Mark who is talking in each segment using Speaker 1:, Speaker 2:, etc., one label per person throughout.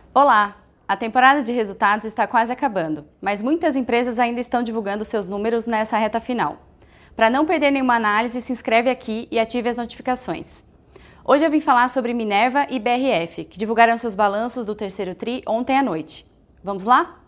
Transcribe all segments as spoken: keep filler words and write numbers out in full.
Speaker 1: Olá! A temporada de resultados está quase acabando, mas muitas empresas ainda estão divulgando seus números nessa reta final. Para não perder nenhuma análise, se inscreve aqui e ative as notificações. Hoje eu vim falar sobre Minerva e B R F, que divulgaram seus balanços do terceiro tri ontem à noite. Vamos lá?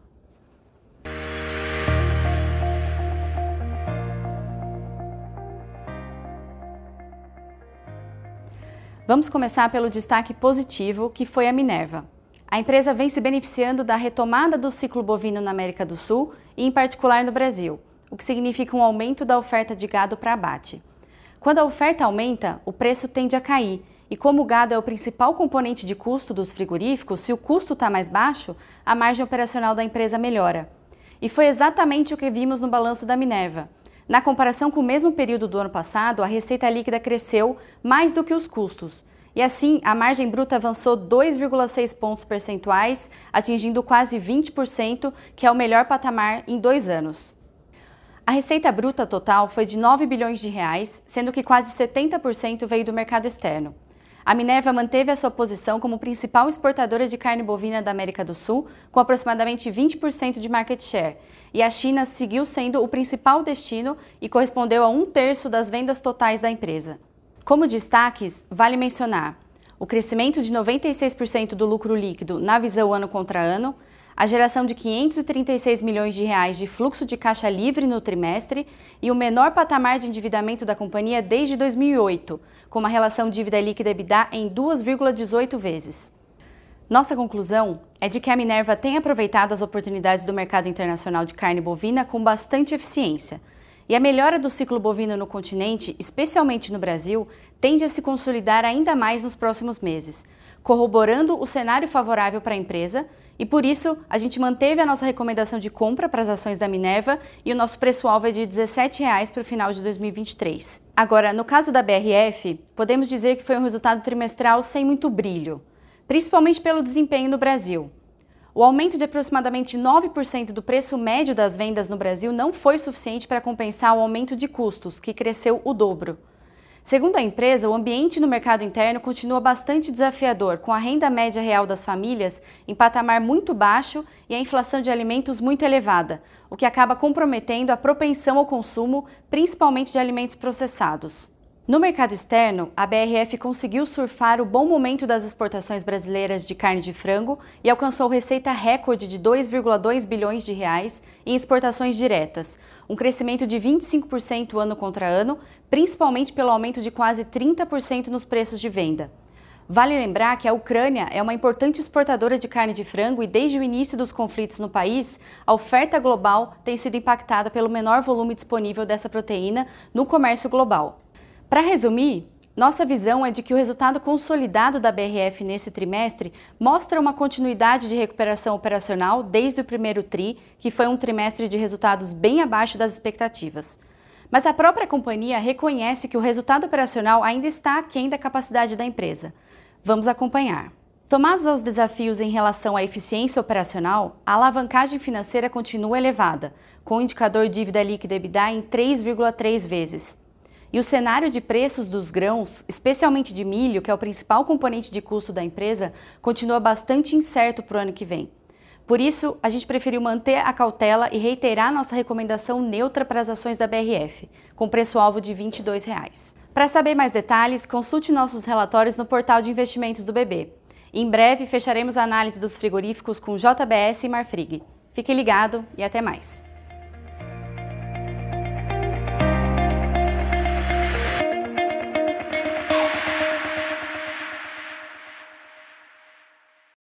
Speaker 1: Vamos começar pelo destaque positivo, que foi a Minerva. A empresa vem se beneficiando da retomada do ciclo bovino na América do Sul e, em particular, no Brasil, o que significa um aumento da oferta de gado para abate. Quando a oferta aumenta, o preço tende a cair, e como o gado é o principal componente de custo dos frigoríficos, se o custo está mais baixo, a margem operacional da empresa melhora. E foi exatamente o que vimos no balanço da Minerva. Na comparação com o mesmo período do ano passado, a receita líquida cresceu mais do que os custos. E assim, a margem bruta avançou dois vírgula seis pontos percentuais, atingindo quase vinte por cento, que é o melhor patamar em dois anos. A receita bruta total foi de nove bilhões de reais, sendo que quase setenta por cento veio do mercado externo. A Minerva manteve a sua posição como principal exportadora de carne bovina da América do Sul, com aproximadamente vinte por cento de market share, e a China seguiu sendo o principal destino e correspondeu a um terço das vendas totais da empresa. Como destaques, vale mencionar o crescimento de noventa e seis por cento do lucro líquido na visão ano contra ano, a geração de quinhentos e trinta e seis milhões de reais de fluxo de caixa livre no trimestre e o menor patamar de endividamento da companhia desde dois mil e oito, com uma relação dívida líquida-EBITDA em duas vírgula dezoito vezes. Nossa conclusão é de que a Minerva tem aproveitado as oportunidades do mercado internacional de carne bovina com bastante eficiência. E a melhora do ciclo bovino no continente, especialmente no Brasil, tende a se consolidar ainda mais nos próximos meses, corroborando o cenário favorável para a empresa, e por isso a gente manteve a nossa recomendação de compra para as ações da Minerva e o nosso preço-alvo é de dezessete reais para o final de dois mil e vinte e três. Agora, no caso da B R F, podemos dizer que foi um resultado trimestral sem muito brilho, principalmente pelo desempenho no Brasil. O aumento de aproximadamente nove por cento do preço médio das vendas no Brasil não foi suficiente para compensar o aumento de custos, que cresceu o dobro. Segundo a empresa, o ambiente no mercado interno continua bastante desafiador, com a renda média real das famílias em patamar muito baixo e a inflação de alimentos muito elevada, o que acaba comprometendo a propensão ao consumo, principalmente de alimentos processados. No mercado externo, a B R F conseguiu surfar o bom momento das exportações brasileiras de carne de frango e alcançou receita recorde de dois vírgula dois bilhões de reais em exportações diretas, um crescimento de vinte e cinco por cento ano contra ano, principalmente pelo aumento de quase trinta por cento nos preços de venda. Vale lembrar que a Ucrânia é uma importante exportadora de carne de frango e desde o início dos conflitos no país, a oferta global tem sido impactada pelo menor volume disponível dessa proteína no comércio global. Para resumir, nossa visão é de que o resultado consolidado da B R F nesse trimestre mostra uma continuidade de recuperação operacional desde o primeiro tri, que foi um trimestre de resultados bem abaixo das expectativas. Mas a própria companhia reconhece que o resultado operacional ainda está aquém da capacidade da empresa. Vamos acompanhar. Somados aos desafios em relação à eficiência operacional, a alavancagem financeira continua elevada, com o indicador dívida líquida EBITDA em três vírgula três vezes. E o cenário de preços dos grãos, especialmente de milho, que é o principal componente de custo da empresa, continua bastante incerto para o ano que vem. Por isso, a gente preferiu manter a cautela e reiterar nossa recomendação neutra para as ações da B R F, com preço-alvo de vinte e dois reais. Para saber mais detalhes, consulte nossos relatórios no portal de investimentos do B B. Em breve, fecharemos a análise dos frigoríficos com J B S e Marfrig. Fique ligado e até mais!